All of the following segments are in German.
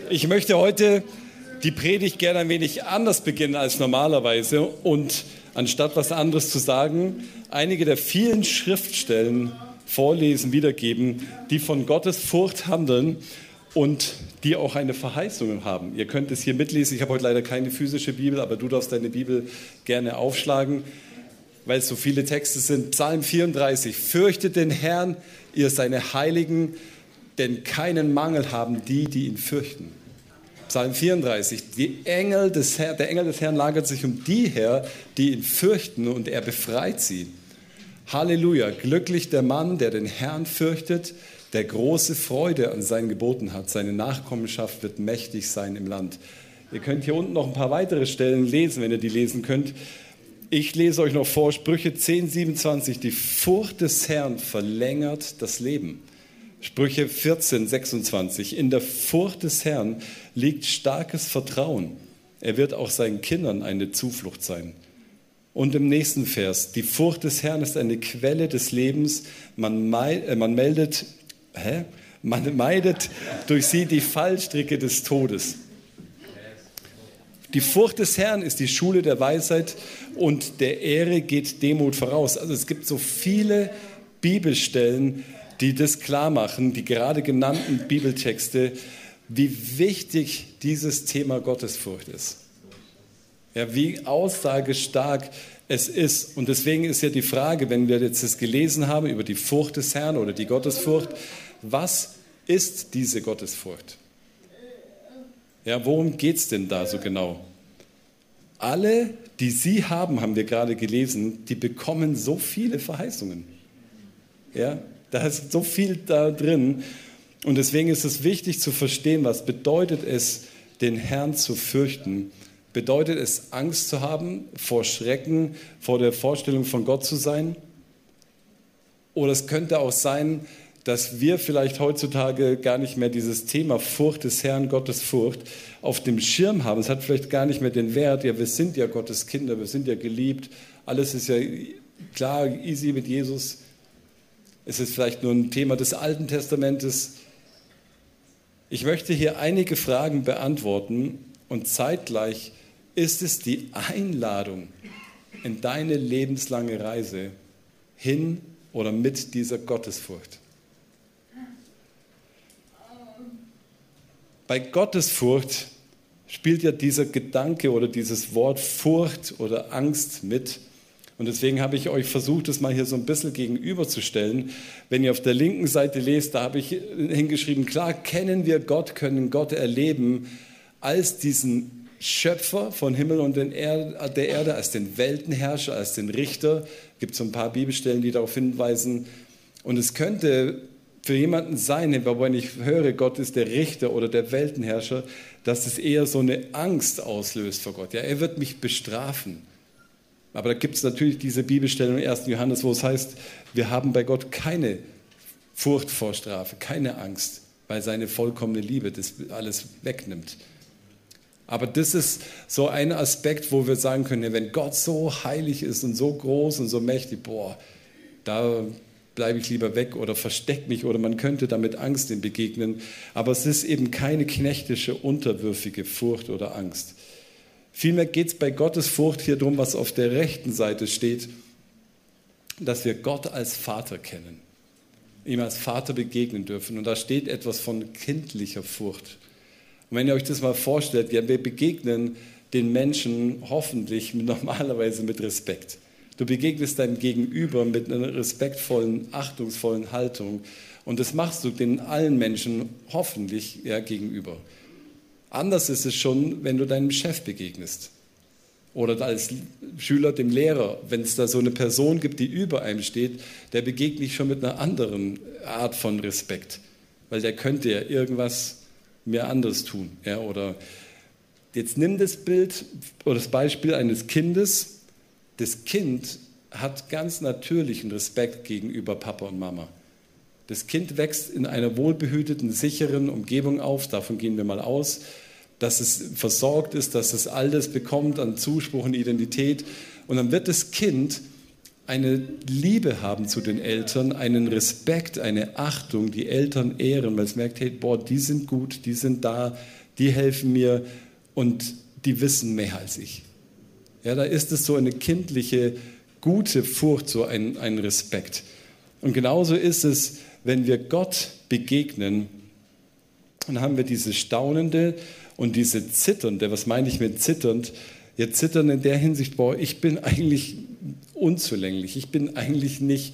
Ich möchte heute die Predigt gerne ein wenig anders beginnen als normalerweise und anstatt was anderes zu sagen, einige der vielen Schriftstellen vorlesen, wiedergeben, die von Gottes Furcht handeln und die auch eine Verheißung haben. Ihr könnt es hier mitlesen. Ich habe heute leider keine physische Bibel, aber du darfst deine Bibel gerne aufschlagen, weil es so viele Texte sind. Psalm 34. Fürchtet den Herrn, ihr seine Heiligen, denn keinen Mangel haben die, die ihn fürchten. Psalm 34. Der Engel des Herrn lagert sich um die her, die ihn fürchten, und er befreit sie. Halleluja, glücklich der Mann, der den Herrn fürchtet, der große Freude an seinen Geboten hat. Seine Nachkommenschaft wird mächtig sein im Land. Ihr könnt hier unten noch ein paar weitere Stellen lesen, wenn ihr die lesen könnt. Ich lese euch noch vor, Sprüche 10, 27. Die Furcht des Herrn verlängert das Leben. Sprüche 14, 26. In der Furcht des Herrn liegt starkes Vertrauen. Er wird auch seinen Kindern eine Zuflucht sein. Und im nächsten Vers, die Furcht des Herrn ist eine Quelle des Lebens. Man meidet durch sie die Fallstricke des Todes. Die Furcht des Herrn ist die Schule der Weisheit und der Ehre geht Demut voraus. Also es gibt so viele Bibelstellen, die das klar machen, die gerade genannten Bibeltexte, wie wichtig dieses Thema Gottesfurcht ist. Ja, wie aussagestark es ist. Und deswegen ist ja die Frage, wenn wir jetzt das gelesen haben über die Furcht des Herrn oder die Gottesfurcht, was ist diese Gottesfurcht? Ja, worum geht es denn da so genau? Alle, die sie haben, haben wir gerade gelesen, die bekommen so viele Verheißungen. Ja, da ist so viel da drin. Und deswegen ist es wichtig zu verstehen, was bedeutet es, den Herrn zu fürchten. Bedeutet es, Angst zu haben, vor Schrecken, vor der Vorstellung von Gott zu sein? Oder es könnte auch sein, dass wir vielleicht heutzutage gar nicht mehr dieses Thema Furcht des Herrn, Gottes Furcht, auf dem Schirm haben. Es hat vielleicht gar nicht mehr den Wert, ja, wir sind ja Gottes Kinder, wir sind ja geliebt, alles ist ja klar, easy mit Jesus. Es ist vielleicht nur ein Thema des Alten Testamentes. Ich möchte hier einige Fragen beantworten und zeitgleich ist es die Einladung in deine lebenslange Reise hin oder mit dieser Gottesfurcht. Bei Gottesfurcht spielt ja dieser Gedanke oder dieses Wort Furcht oder Angst mit. Und deswegen habe ich euch versucht, das mal hier so ein bisschen gegenüberzustellen. Wenn ihr auf der linken Seite lest, da habe ich hingeschrieben, klar kennen wir Gott, können Gott erleben als diesen Schöpfer von Himmel und der Erde, als den Weltenherrscher, als den Richter. Es gibt so ein paar Bibelstellen, die darauf hinweisen. Und es könnte für jemanden sein, wenn ich höre, Gott ist der Richter oder der Weltenherrscher, dass es eher so eine Angst auslöst vor Gott. Ja, er wird mich bestrafen. Aber da gibt es natürlich diese Bibelstelle im 1. Johannes, wo es heißt, wir haben bei Gott keine Furcht vor Strafe, keine Angst, weil seine vollkommene Liebe das alles wegnimmt. Aber das ist so ein Aspekt, wo wir sagen können, ja, wenn Gott so heilig ist und so groß und so mächtig, da bleibe ich lieber weg oder verstecke mich oder man könnte damit Angst ihm begegnen. Aber es ist eben keine knechtische, unterwürfige Furcht oder Angst. Vielmehr geht es bei Gottes Furcht hier darum, was auf der rechten Seite steht, dass wir Gott als Vater kennen, ihm als Vater begegnen dürfen. Und da steht etwas von kindlicher Furcht. Und wenn ihr euch das mal vorstellt, ja, wir begegnen den Menschen hoffentlich normalerweise mit Respekt. Du begegnest deinem Gegenüber mit einer respektvollen, achtungsvollen Haltung. Und das machst du den allen Menschen hoffentlich gegenüber. Anders ist es schon, wenn du deinem Chef begegnest oder als Schüler dem Lehrer. Wenn es da so eine Person gibt, die über einem steht, der begegnet dich schon mit einer anderen Art von Respekt, weil der könnte ja irgendwas mir anderes tun. Ja, oder jetzt nimm das Bild oder das Beispiel eines Kindes. Das Kind hat ganz natürlichen Respekt gegenüber Papa und Mama. Das Kind wächst in einer wohlbehüteten, sicheren Umgebung auf, davon gehen wir mal aus, dass es versorgt ist, dass es all das bekommt an Zuspruch und Identität. Und dann wird das Kind eine Liebe haben zu den Eltern, einen Respekt, eine Achtung, die Eltern ehren, weil es merkt, hey, die sind gut, die sind da, die helfen mir und die wissen mehr als ich. Ja, da ist es so eine kindliche, gute Furcht, so ein Respekt. Und genauso ist es, wenn wir Gott begegnen, dann haben wir diese staunende und diese zitternde. Was meine ich mit zitternd? Ja, zittern in der Hinsicht, ich bin eigentlich unzulänglich. Ich bin eigentlich nicht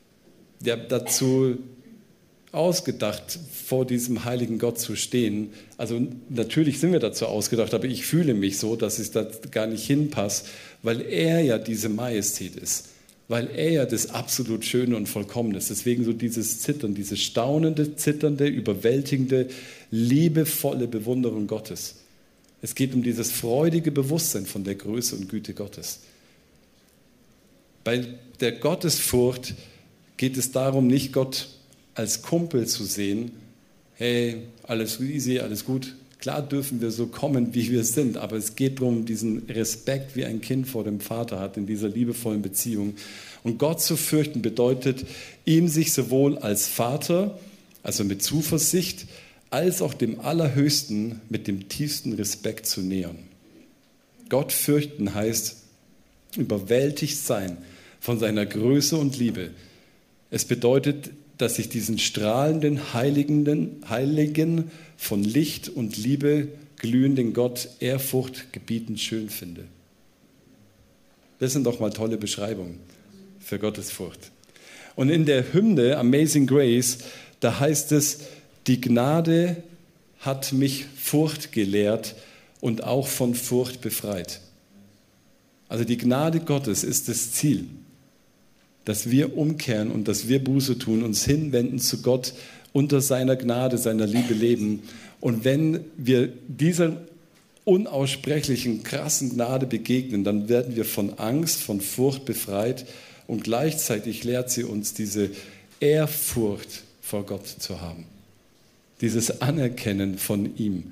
dazu ausgedacht, vor diesem heiligen Gott zu stehen. Also natürlich sind wir dazu ausgedacht, aber ich fühle mich so, dass ich da gar nicht hinpasse, weil er ja diese Majestät ist, weil er ja das absolut Schöne und Vollkommene ist. Deswegen so dieses Zittern, diese staunende, zitternde, überwältigende, liebevolle Bewunderung Gottes. Es geht um dieses freudige Bewusstsein von der Größe und Güte Gottes. Bei der Gottesfurcht geht es darum, nicht Gott als Kumpel zu sehen, hey, alles easy, alles gut. Klar dürfen wir so kommen, wie wir sind, aber es geht darum, diesen Respekt, wie ein Kind vor dem Vater hat, in dieser liebevollen Beziehung. Und Gott zu fürchten bedeutet, ihm sich sowohl als Vater, also mit Zuversicht, als auch dem Allerhöchsten mit dem tiefsten Respekt zu nähern. Gott fürchten heißt, überwältigt sein von seiner Größe und Liebe. Es bedeutet, dass ich diesen strahlenden, heiligen, von Licht und Liebe glühenden Gott Ehrfurcht gebietend schön finde. Das sind doch mal tolle Beschreibungen für Gottesfurcht. Und in der Hymne Amazing Grace, da heißt es, die Gnade hat mich Furcht gelehrt und auch von Furcht befreit. Also die Gnade Gottes ist das Ziel, dass wir umkehren und dass wir Buße tun, uns hinwenden zu Gott, unter seiner Gnade, seiner Liebe leben. Und wenn wir dieser unaussprechlichen, krassen Gnade begegnen, dann werden wir von Angst, von Furcht befreit und gleichzeitig lehrt sie uns, diese Ehrfurcht vor Gott zu haben. Dieses Anerkennen von ihm.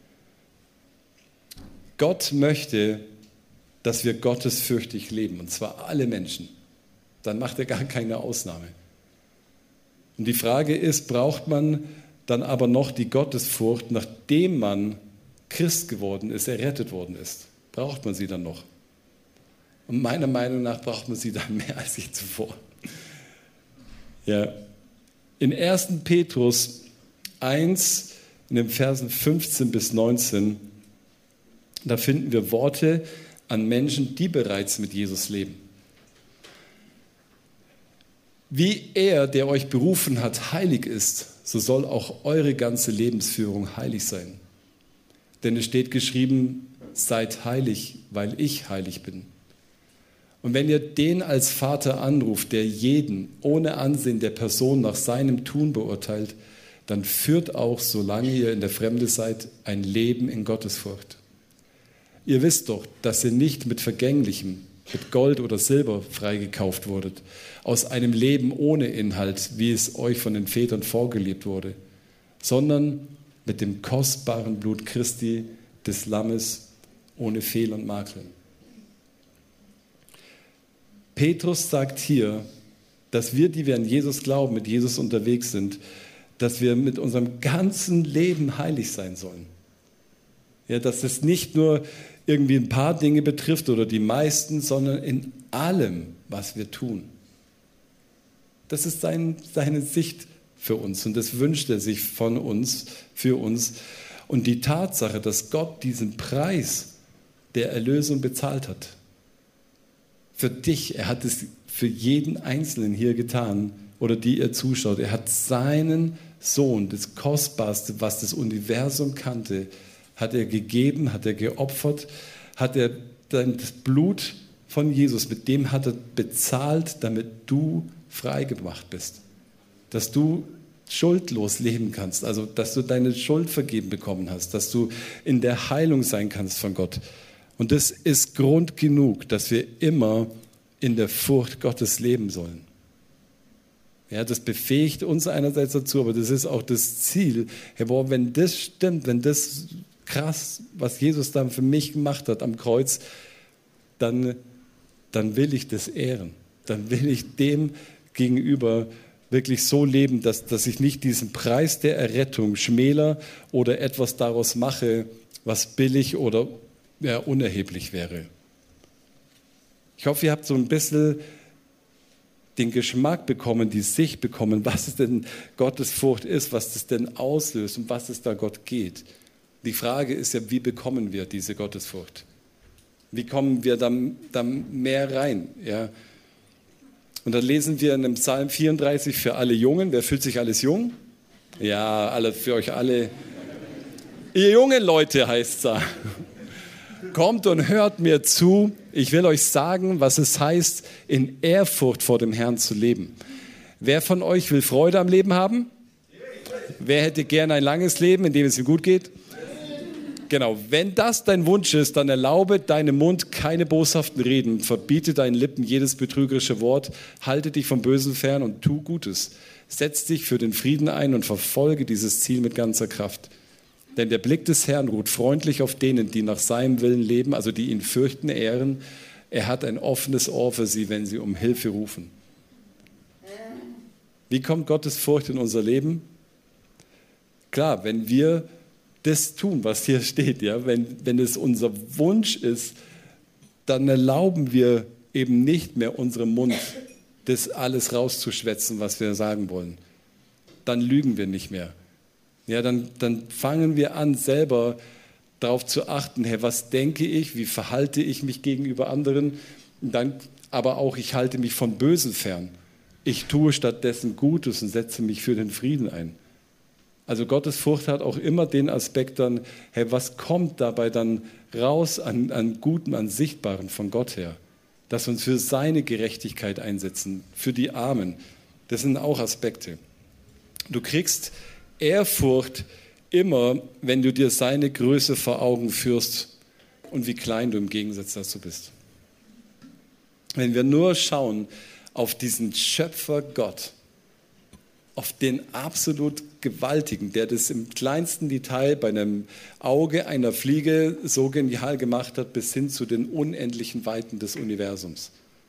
Gott möchte, dass wir gottesfürchtig leben, und zwar alle Menschen. Dann macht er gar keine Ausnahme. Und die Frage ist, braucht man dann aber noch die Gottesfurcht, nachdem man Christ geworden ist, errettet worden ist? Braucht man sie dann noch? Und meiner Meinung nach braucht man sie dann mehr als je zuvor. Ja. In 1. Petrus 1, in den Versen 15 bis 19, da finden wir Worte an Menschen, die bereits mit Jesus leben. Wie er, der euch berufen hat, heilig ist, so soll auch eure ganze Lebensführung heilig sein. Denn es steht geschrieben, seid heilig, weil ich heilig bin. Und wenn ihr den als Vater anruft, der jeden ohne Ansehen der Person nach seinem Tun beurteilt, dann führt auch, solange ihr in der Fremde seid, ein Leben in Gottesfurcht. Ihr wisst doch, dass ihr nicht mit Vergänglichem, mit Gold oder Silber freigekauft wurdet, aus einem Leben ohne Inhalt, wie es euch von den Vätern vorgelebt wurde, sondern mit dem kostbaren Blut Christi, des Lammes, ohne Fehl und Makel. Petrus sagt hier, dass wir, die wir an Jesus glauben, mit Jesus unterwegs sind, dass wir mit unserem ganzen Leben heilig sein sollen. Ja, dass es nicht nur irgendwie ein paar Dinge betrifft oder die meisten, sondern in allem, was wir tun. Das ist seine Sicht für uns und das wünscht er sich von uns, für uns. Und die Tatsache, dass Gott diesen Preis der Erlösung bezahlt hat, für dich, er hat es für jeden Einzelnen hier getan oder die ihr zuschaut. Er hat seinen Sohn, das Kostbarste, was das Universum kannte, hat er gegeben, hat er geopfert, hat er das Blut von Jesus, mit dem hat er bezahlt, damit du frei gemacht bist. Dass du schuldlos leben kannst, also dass du deine Schuld vergeben bekommen hast, dass du in der Heilung sein kannst von Gott. Und das ist Grund genug, dass wir immer in der Furcht Gottes leben sollen. Ja, das befähigt uns einerseits dazu, aber das ist auch das Ziel. Hey, boah, wenn das stimmt, wenn das krass, was Jesus dann für mich gemacht hat am Kreuz, dann will ich das ehren. Dann will ich dem gegenüber, wirklich so leben, dass ich nicht diesen Preis der Errettung schmäler oder etwas daraus mache, was billig oder unerheblich wäre. Ich hoffe, ihr habt so ein bisschen den Geschmack bekommen, die Sicht bekommen, was es denn Gottesfurcht ist, was das denn auslöst und was es da Gott geht. Die Frage ist ja, wie bekommen wir diese Gottesfurcht? Wie kommen wir dann mehr rein? Ja? Und dann lesen wir in dem Psalm 34 für alle Jungen. Wer fühlt sich alles jung? Ja, für euch alle. Ihr jungen Leute heißt es da. Kommt und hört mir zu. Ich will euch sagen, was es heißt, in Ehrfurcht vor dem Herrn zu leben. Wer von euch will Freude am Leben haben? Wer hätte gerne ein langes Leben, in dem es ihm gut geht? Genau, wenn das dein Wunsch ist, dann erlaube deinem Mund keine boshaften Reden, verbiete deinen Lippen jedes betrügerische Wort, halte dich vom Bösen fern und tu Gutes. Setz dich für den Frieden ein und verfolge dieses Ziel mit ganzer Kraft. Denn der Blick des Herrn ruht freundlich auf denen, die nach seinem Willen leben, also die ihn fürchten, ehren. Er hat ein offenes Ohr für sie, wenn sie um Hilfe rufen. Wie kommt Gottes Furcht in unser Leben? Klar, wenn wir das tun, was hier steht, ja, wenn es unser Wunsch ist, dann erlauben wir eben nicht mehr unserem Mund, das alles rauszuschwätzen, was wir sagen wollen. Dann lügen wir nicht mehr. Ja, dann fangen wir an, selber darauf zu achten, hey, was denke ich, wie verhalte ich mich gegenüber anderen, dann aber auch, ich halte mich vom Bösen fern. Ich tue stattdessen Gutes und setze mich für den Frieden ein. Also Gottes Furcht hat auch immer den Aspekt dann, hey, was kommt dabei dann raus an Guten, an Sichtbaren von Gott her? Dass wir uns für seine Gerechtigkeit einsetzen, für die Armen. Das sind auch Aspekte. Du kriegst Ehrfurcht immer, wenn du dir seine Größe vor Augen führst und wie klein du im Gegensatz dazu bist. Wenn wir nur schauen auf diesen Schöpfer Gott, auf den absolut Gewaltigen, der das im kleinsten Detail bei einem Auge einer Fliege so genial gemacht hat, bis hin zu den unendlichen Weiten des Universums.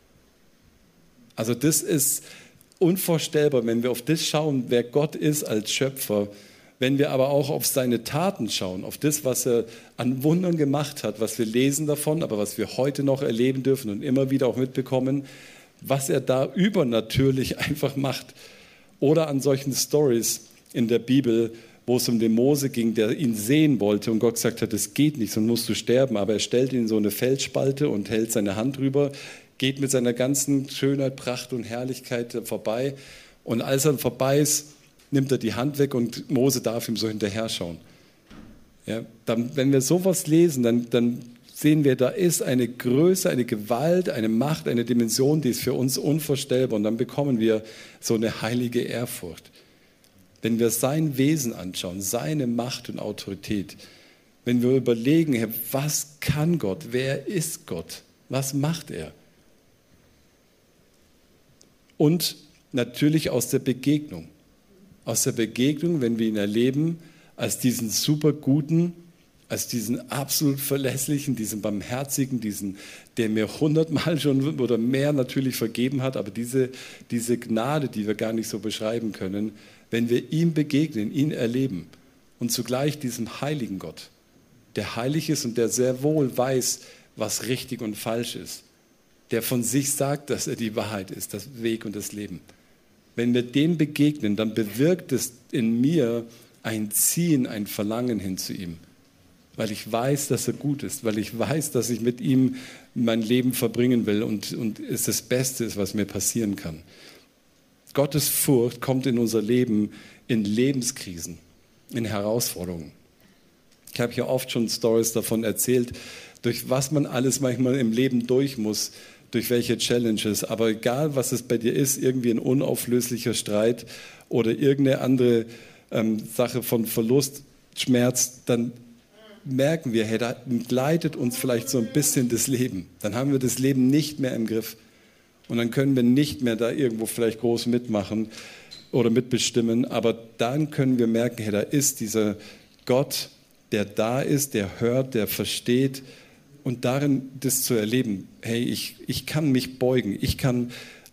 Also das ist unvorstellbar, wenn wir auf das schauen, wer Gott ist als Schöpfer, wenn wir aber auch auf seine Taten schauen, auf das, was er an Wundern gemacht hat, was wir lesen davon, aber was wir heute noch erleben dürfen und immer wieder auch mitbekommen, was er da übernatürlich einfach macht. Oder an solchen Stories in der Bibel, wo es um den Mose ging, der ihn sehen wollte und Gott gesagt hat, das geht nicht, sonst musst du sterben. Aber er stellt ihn in so eine Felsspalte und hält seine Hand drüber, geht mit seiner ganzen Schönheit, Pracht und Herrlichkeit vorbei. Und als er vorbei ist, nimmt er die Hand weg und Mose darf ihm so hinterher schauen. Ja, wenn wir sowas lesen, dann sehen wir, da ist eine Größe, eine Gewalt, eine Macht, eine Dimension, die ist für uns unvorstellbar. Und dann bekommen wir so eine heilige Ehrfurcht. Wenn wir sein Wesen anschauen, seine Macht und Autorität, wenn wir überlegen, was kann Gott, wer ist Gott, was macht er? Und natürlich aus der Begegnung. Aus der Begegnung, wenn wir ihn erleben, als diesen super guten, als diesen absolut verlässlichen, diesen barmherzigen, der mir 100-mal schon oder mehr natürlich vergeben hat, aber diese Gnade, die wir gar nicht so beschreiben können, wenn wir ihm begegnen, ihn erleben und zugleich diesem heiligen Gott, der heilig ist und der sehr wohl weiß, was richtig und falsch ist, der von sich sagt, dass er die Wahrheit ist, das Weg und das Leben. Wenn wir dem begegnen, dann bewirkt es in mir ein Ziehen, ein Verlangen hin zu ihm. Weil ich weiß, dass er gut ist, weil ich weiß, dass ich mit ihm mein Leben verbringen will und es das Beste ist, was mir passieren kann. Gottes Furcht kommt in unser Leben in Lebenskrisen, in Herausforderungen. Ich habe hier oft schon Stories davon erzählt, durch was man alles manchmal im Leben durch muss, durch welche Challenges. Aber egal, was es bei dir ist, irgendwie ein unauflöslicher Streit oder irgendeine andere Sache von Verlust, Schmerz, dann merken wir, hey, da gleitet uns vielleicht so ein bisschen das Leben. Dann haben wir das Leben nicht mehr im Griff. Und dann können wir nicht mehr da irgendwo vielleicht groß mitmachen oder mitbestimmen. Aber dann können wir merken, hey, da ist dieser Gott, der da ist, der hört, der versteht. Und darin das zu erleben, hey, ich kann mich beugen, ich kann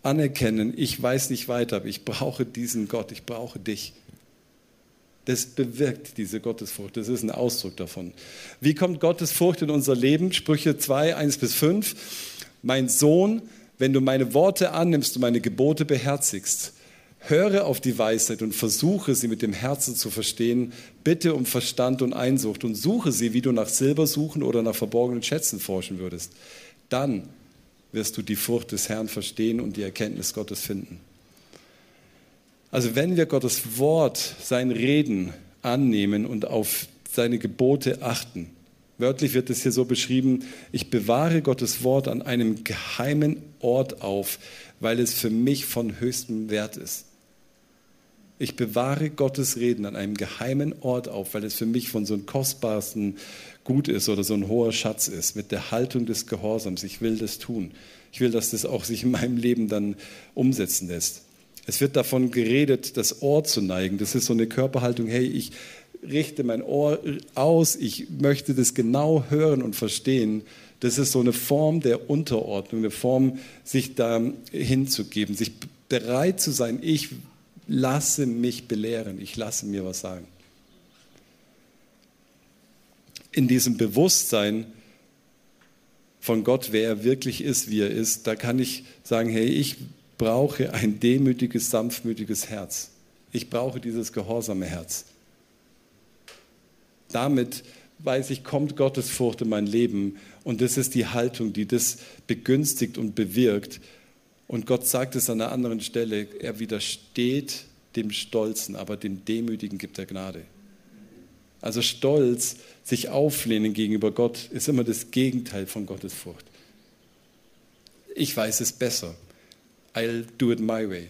anerkennen, ich weiß nicht weiter, aber ich brauche diesen Gott, ich brauche dich. Das bewirkt diese Gottesfurcht, das ist ein Ausdruck davon. Wie kommt Gottesfurcht in unser Leben? Sprüche 2, 1-5. Mein Sohn, wenn du meine Worte annimmst und meine Gebote beherzigst, höre auf die Weisheit und versuche sie mit dem Herzen zu verstehen. Bitte um Verstand und Einsicht und suche sie, wie du nach Silber suchen oder nach verborgenen Schätzen forschen würdest. Dann wirst du die Furcht des Herrn verstehen und die Erkenntnis Gottes finden. Also wenn wir Gottes Wort, sein Reden annehmen und auf seine Gebote achten, wörtlich wird es hier so beschrieben, ich bewahre Gottes Wort an einem geheimen Ort auf, weil es für mich von höchstem Wert ist. Ich bewahre Gottes Reden an einem geheimen Ort auf, weil es für mich von so einem kostbarsten Gut ist oder so ein hoher Schatz ist, mit der Haltung des Gehorsams. Ich will das tun. Ich will, dass das auch sich in meinem Leben dann umsetzen lässt. Es wird davon geredet, das Ohr zu neigen. Das ist so eine Körperhaltung, hey, ich richte mein Ohr aus, ich möchte das genau hören und verstehen. Das ist so eine Form der Unterordnung, eine Form, sich da hinzugeben, sich bereit zu sein, ich lasse mich belehren, ich lasse mir was sagen. In diesem Bewusstsein von Gott, wer er wirklich ist, wie er ist, da kann ich sagen, hey, ich brauche ein demütiges, sanftmütiges Herz. Ich brauche dieses gehorsame Herz. Damit, weiß ich, kommt Gottesfurcht in mein Leben und das ist die Haltung, die das begünstigt und bewirkt. Und Gott sagt es an einer anderen Stelle, er widersteht dem Stolzen, aber dem Demütigen gibt er Gnade. Also Stolz, sich auflehnen gegenüber Gott, ist immer das Gegenteil von Gottesfurcht. Ich weiß es besser. I'll do it my way.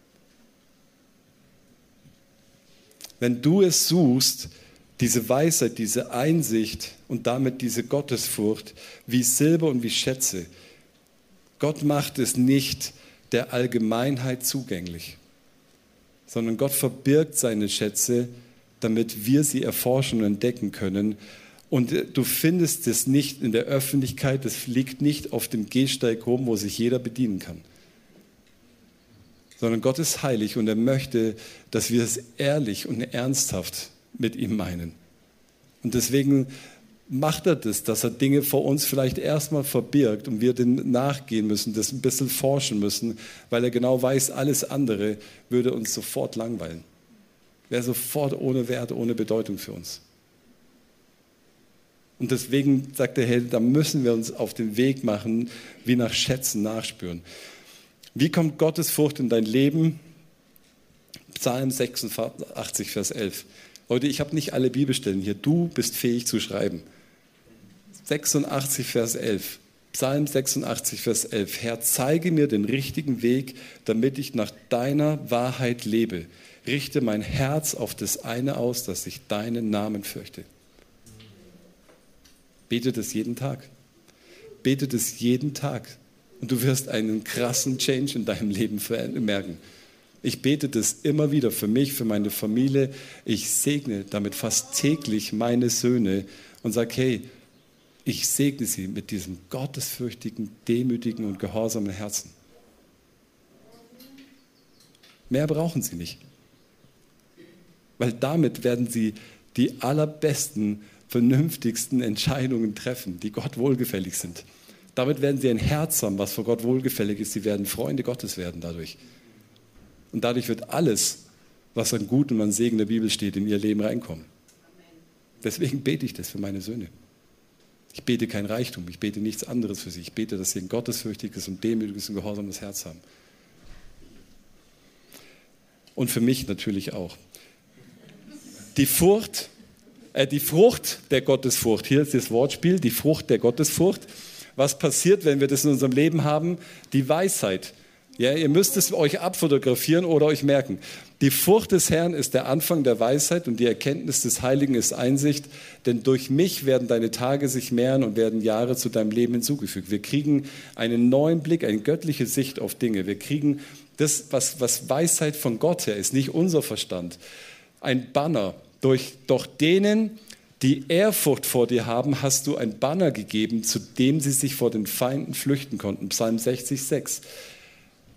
Wenn du es suchst, diese Weisheit, diese Einsicht und damit diese Gottesfurcht, wie Silber und wie Schätze, Gott macht es nicht der Allgemeinheit zugänglich, sondern Gott verbirgt seine Schätze, damit wir sie erforschen und entdecken können. Und du findest es nicht in der Öffentlichkeit, es liegt nicht auf dem Gehsteig rum, wo sich jeder bedienen kann. Sondern Gott ist heilig und er möchte, dass wir es ehrlich und ernsthaft mit ihm meinen. Und deswegen macht er das, dass er Dinge vor uns vielleicht erstmal verbirgt und wir dem nachgehen müssen, das ein bisschen forschen müssen, weil er genau weiß, alles andere würde uns sofort langweilen. Wäre sofort ohne Wert, ohne Bedeutung für uns. Und deswegen sagt er, hey, da müssen wir uns auf den Weg machen, wie nach Schätzen nachspüren. Wie kommt Gottesfurcht in dein Leben? Psalm 86, Vers 11. Leute, ich habe nicht alle Bibelstellen hier. Du bist fähig zu schreiben. 86, Vers 11. Psalm 86, Vers 11. Herr, zeige mir den richtigen Weg, damit ich nach deiner Wahrheit lebe. Richte mein Herz auf das eine aus, dass ich deinen Namen fürchte. Bete das jeden Tag. Bete das jeden Tag. Und du wirst einen krassen Change in deinem Leben merken. Ich bete das immer wieder für mich, für meine Familie. Ich segne damit fast täglich meine Söhne und sage, hey, ich segne sie mit diesem gottesfürchtigen, demütigen und gehorsamen Herzen. Mehr brauchen sie nicht. Weil damit werden sie die allerbesten, vernünftigsten Entscheidungen treffen, die Gott wohlgefällig sind. Damit werden sie ein Herz haben, was vor Gott wohlgefällig ist. Sie werden Freunde Gottes werden dadurch. Und dadurch wird alles, was an Gut und an Segen der Bibel steht, in ihr Leben reinkommen. Deswegen bete ich das für meine Söhne. Ich bete kein Reichtum, ich bete nichts anderes für sie. Ich bete, dass sie ein gottesfürchtiges und demütiges und gehorsames Herz haben. Und für mich natürlich auch. Die Frucht der Gottesfurcht, hier ist das Wortspiel, die Frucht der Gottesfurcht. Was passiert, wenn wir das in unserem Leben haben? Die Weisheit. Ja, ihr müsst es euch abfotografieren oder euch merken. Die Furcht des Herrn ist der Anfang der Weisheit und die Erkenntnis des Heiligen ist Einsicht, denn durch mich werden deine Tage sich mehren und werden Jahre zu deinem Leben hinzugefügt. Wir kriegen einen neuen Blick, eine göttliche Sicht auf Dinge. Wir kriegen das, was Weisheit von Gott her ist, nicht unser Verstand. Ein Banner. Doch denen, die Ehrfurcht vor dir haben, hast du ein Banner gegeben, zu dem sie sich vor den Feinden flüchten konnten. Psalm 60,6.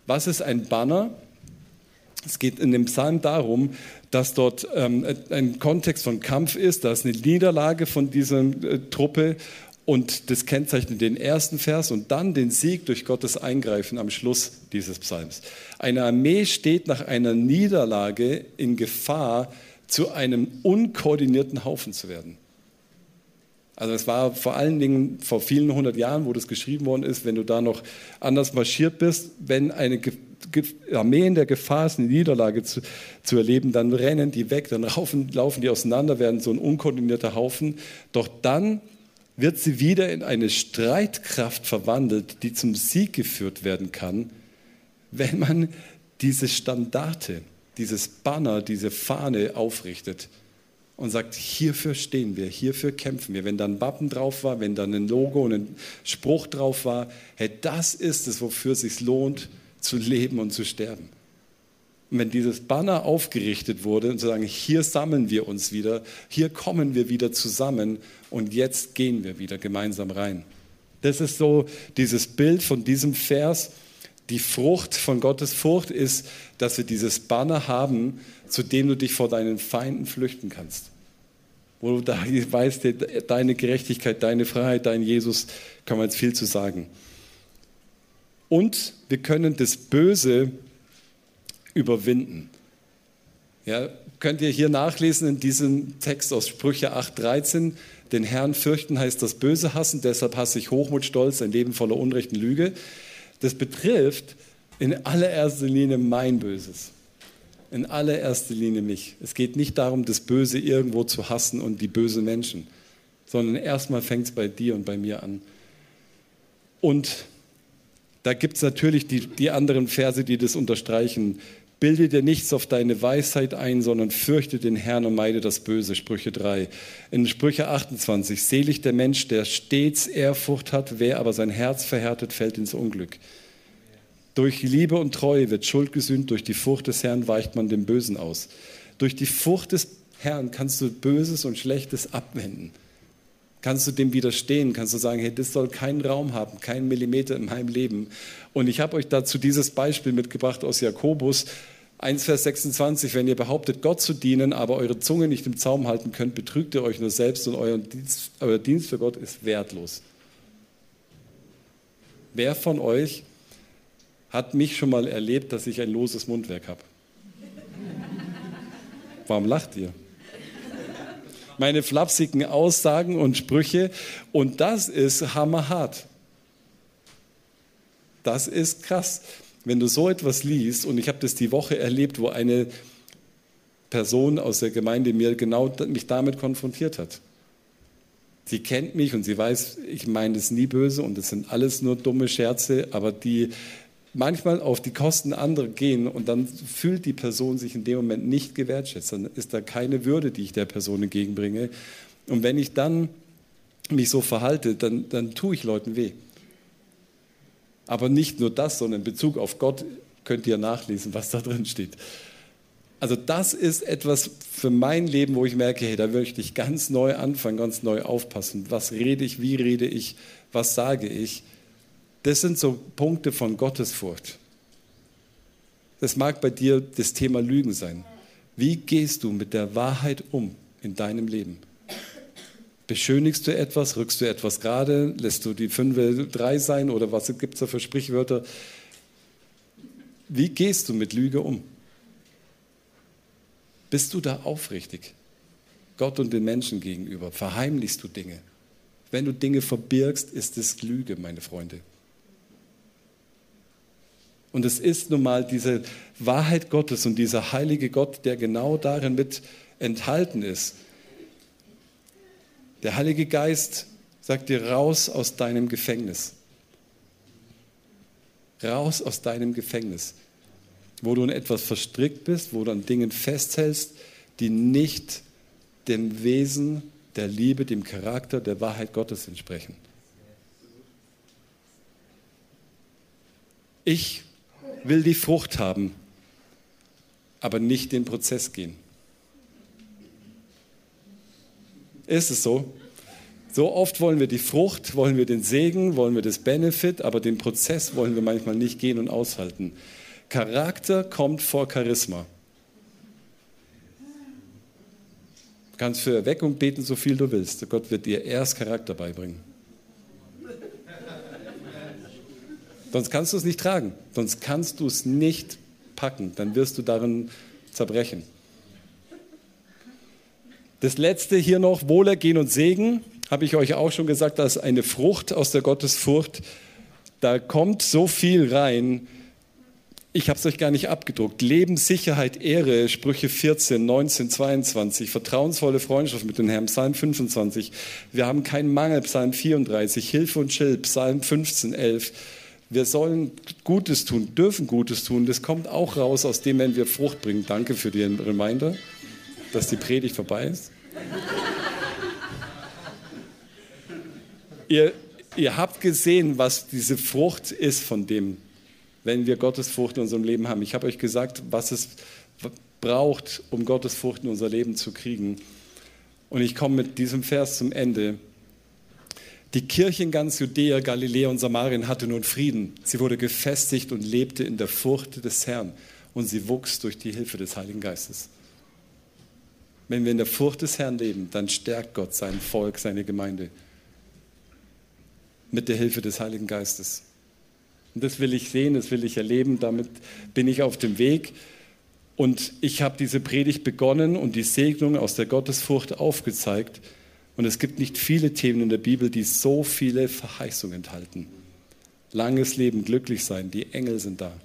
Was ist ein Banner? Es geht in dem Psalm darum, dass dort ein Kontext von Kampf ist, da ist eine Niederlage von dieser Truppe und das kennzeichnet den ersten Vers und dann den Sieg durch Gottes Eingreifen am Schluss dieses Psalms. Eine Armee steht nach einer Niederlage in Gefahr, zu einem unkoordinierten Haufen zu werden. Also es war vor allen Dingen vor vielen hundert Jahren, wo das geschrieben worden ist, wenn du da noch anders marschiert bist, wenn eine Armee in der Gefahr ist, eine Niederlage zu erleben, dann rennen die weg, dann laufen die auseinander, werden so ein unkoordinierter Haufen. Doch dann wird sie wieder in eine Streitkraft verwandelt, die zum Sieg geführt werden kann, wenn man diese Standarte, dieses Banner, diese Fahne aufrichtet und sagt, hierfür stehen wir, hierfür kämpfen wir. Wenn da ein Wappen drauf war, wenn da ein Logo und ein Spruch drauf war, hey, das ist es, wofür es sich lohnt, zu leben und zu sterben. Und wenn dieses Banner aufgerichtet wurde und zu sagen, hier sammeln wir uns wieder, hier kommen wir wieder zusammen und jetzt gehen wir wieder gemeinsam rein. Das ist so dieses Bild von diesem Vers. Die Frucht von Gottes Furcht ist, dass wir dieses Banner haben, zu dem du dich vor deinen Feinden flüchten kannst. Wo du da weißt, deine Gerechtigkeit, deine Freiheit, dein Jesus, kann man jetzt viel zu sagen. Und wir können das Böse überwinden. Ja, könnt ihr hier nachlesen in diesem Text aus Sprüche 8,13. Den Herrn fürchten heißt das Böse hassen, deshalb hasse ich Hochmut, Stolz, ein Leben voller Unrecht und Lüge. Das betrifft in allererster Linie mein Böses. In allererster Linie mich. Es geht nicht darum, das Böse irgendwo zu hassen und die bösen Menschen, sondern erstmal fängt es bei dir und bei mir an. Und da gibt es natürlich die anderen Verse, die das unterstreichen. Bilde dir nichts auf deine Weisheit ein, sondern fürchte den Herrn und meide das Böse, Sprüche 3. In Sprüche 28, selig der Mensch, der stets Ehrfurcht hat, wer aber sein Herz verhärtet, fällt ins Unglück. Durch Liebe und Treue wird Schuld gesühnt, durch die Furcht des Herrn weicht man dem Bösen aus. Durch die Furcht des Herrn kannst du Böses und Schlechtes abwenden. Kannst du dem widerstehen, kannst du sagen, hey, das soll keinen Raum haben, keinen Millimeter in meinem Leben. Und ich habe euch dazu dieses Beispiel mitgebracht aus Jakobus 1, Vers 26, wenn ihr behauptet, Gott zu dienen, aber eure Zunge nicht im Zaum halten könnt, betrügt ihr euch nur selbst und euer Dienst für Gott ist wertlos. Wer von euch hat mich schon mal erlebt, dass ich ein loses Mundwerk habe? Warum lacht ihr? Meine flapsigen Aussagen und Sprüche. Und das ist hammerhart. Das ist krass. Wenn du so etwas liest, und ich habe das die Woche erlebt, wo eine Person aus der Gemeinde mich damit konfrontiert hat. Sie kennt mich und sie weiß, ich meine das nie böse und das sind alles nur dumme Scherze, aber die manchmal auf die Kosten anderer gehen und dann fühlt die Person sich in dem Moment nicht gewertschätzt. Dann ist da keine Würde, die ich der Person entgegenbringe. Und wenn ich dann mich so verhalte, dann tue ich Leuten weh. Aber nicht nur das, sondern in Bezug auf Gott könnt ihr nachlesen, was da drin steht. Also das ist etwas für mein Leben, wo ich merke, hey, da möchte ich ganz neu anfangen, ganz neu aufpassen. Was rede ich, wie rede ich, was sage ich? Das sind so Punkte von Gottesfurcht. Das mag bei dir das Thema Lügen sein. Wie gehst du mit der Wahrheit um in deinem Leben? Beschönigst du etwas, rückst du etwas gerade, lässt du die 5 3 sein oder was gibt es da für Sprichwörter? Wie gehst du mit Lüge um? Bist du da aufrichtig? Gott und den Menschen gegenüber? Verheimlichst du Dinge? Wenn du Dinge verbirgst, ist es Lüge, meine Freunde. Und es ist nun mal diese Wahrheit Gottes und dieser heilige Gott, der genau darin mit enthalten ist. Der Heilige Geist sagt dir, raus aus deinem Gefängnis. Raus aus deinem Gefängnis, wo du in etwas verstrickt bist, wo du an Dingen festhältst, die nicht dem Wesen der Liebe, dem Charakter, der Wahrheit Gottes entsprechen. Ich will die Frucht haben, aber nicht den Prozess gehen. Ist es so? So oft wollen wir die Frucht, wollen wir den Segen, wollen wir das Benefit, aber den Prozess wollen wir manchmal nicht gehen und aushalten. Charakter kommt vor Charisma. Du kannst für Erweckung beten, so viel du willst. Gott wird dir erst Charakter beibringen. Sonst kannst du es nicht tragen. Sonst kannst du es nicht packen. Dann wirst du darin zerbrechen. Das letzte hier noch, Wohlergehen und Segen, habe ich euch auch schon gesagt, das ist eine Frucht aus der Gottesfurcht. Da kommt so viel rein. Ich habe es euch gar nicht abgedruckt. Leben, Sicherheit, Ehre, Sprüche 14, 19, 22, vertrauensvolle Freundschaft mit dem Herrn, Psalm 25. Wir haben keinen Mangel, Psalm 34, Hilfe und Schild, Psalm 15, 11. Wir sollen Gutes tun, dürfen Gutes tun. Das kommt auch raus aus dem, wenn wir Frucht bringen. Danke für den Reminder, dass die Predigt vorbei ist. Ihr habt gesehen, was diese Frucht ist von dem, wenn wir Gottesfurcht in unserem Leben haben. Ich habe euch gesagt, was es braucht, um Gottesfurcht in unser Leben zu kriegen. Und ich komme mit diesem Vers zum Ende. Die Kirche in ganz Judäa, Galiläa und Samarien hatte nun Frieden. Sie wurde gefestigt und lebte in der Furcht des Herrn. Und sie wuchs durch die Hilfe des Heiligen Geistes. Wenn wir in der Furcht des Herrn leben, dann stärkt Gott sein Volk, seine Gemeinde. Mit der Hilfe des Heiligen Geistes. Und das will ich sehen, das will ich erleben, damit bin ich auf dem Weg. Und ich habe diese Predigt begonnen und die Segnung aus der Gottesfurcht aufgezeigt. Und es gibt nicht viele Themen in der Bibel, die so viele Verheißungen enthalten. Langes Leben, glücklich sein, die Engel sind da.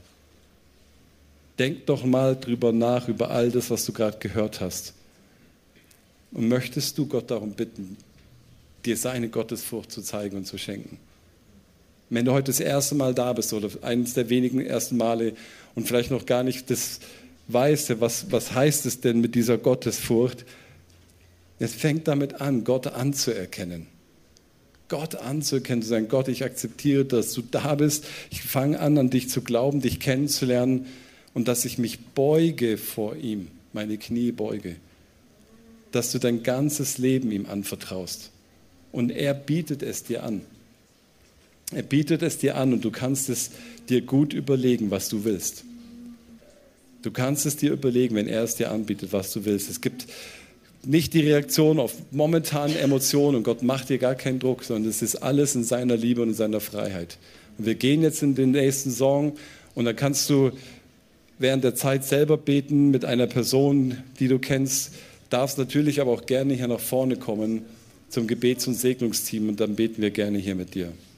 Denk doch mal drüber nach, über all das, was du gerade gehört hast. Und möchtest du Gott darum bitten, dir seine Gottesfurcht zu zeigen und zu schenken? Wenn du heute das erste Mal da bist oder eines der wenigen ersten Male und vielleicht noch gar nicht das weißt, was heißt es denn mit dieser Gottesfurcht? Es fängt damit an, Gott anzuerkennen. Gott anzuerkennen, zu sagen, Gott, ich akzeptiere, dass du da bist. Ich fange an dich zu glauben, dich kennenzulernen und dass ich mich beuge vor ihm, meine Knie beuge. Dass du dein ganzes Leben ihm anvertraust. Und er bietet es dir an. Er bietet es dir an und du kannst es dir gut überlegen, was du willst. Du kannst es dir überlegen, wenn er es dir anbietet, was du willst. Es gibt nicht die Reaktion auf momentane Emotionen und Gott macht dir gar keinen Druck, sondern es ist alles in seiner Liebe und in seiner Freiheit. Und wir gehen jetzt in den nächsten Song und dann kannst du während der Zeit selber beten mit einer Person, die du kennst, darfst natürlich aber auch gerne hier nach vorne kommen zum Gebets- und Segnungsteam und dann beten wir gerne hier mit dir.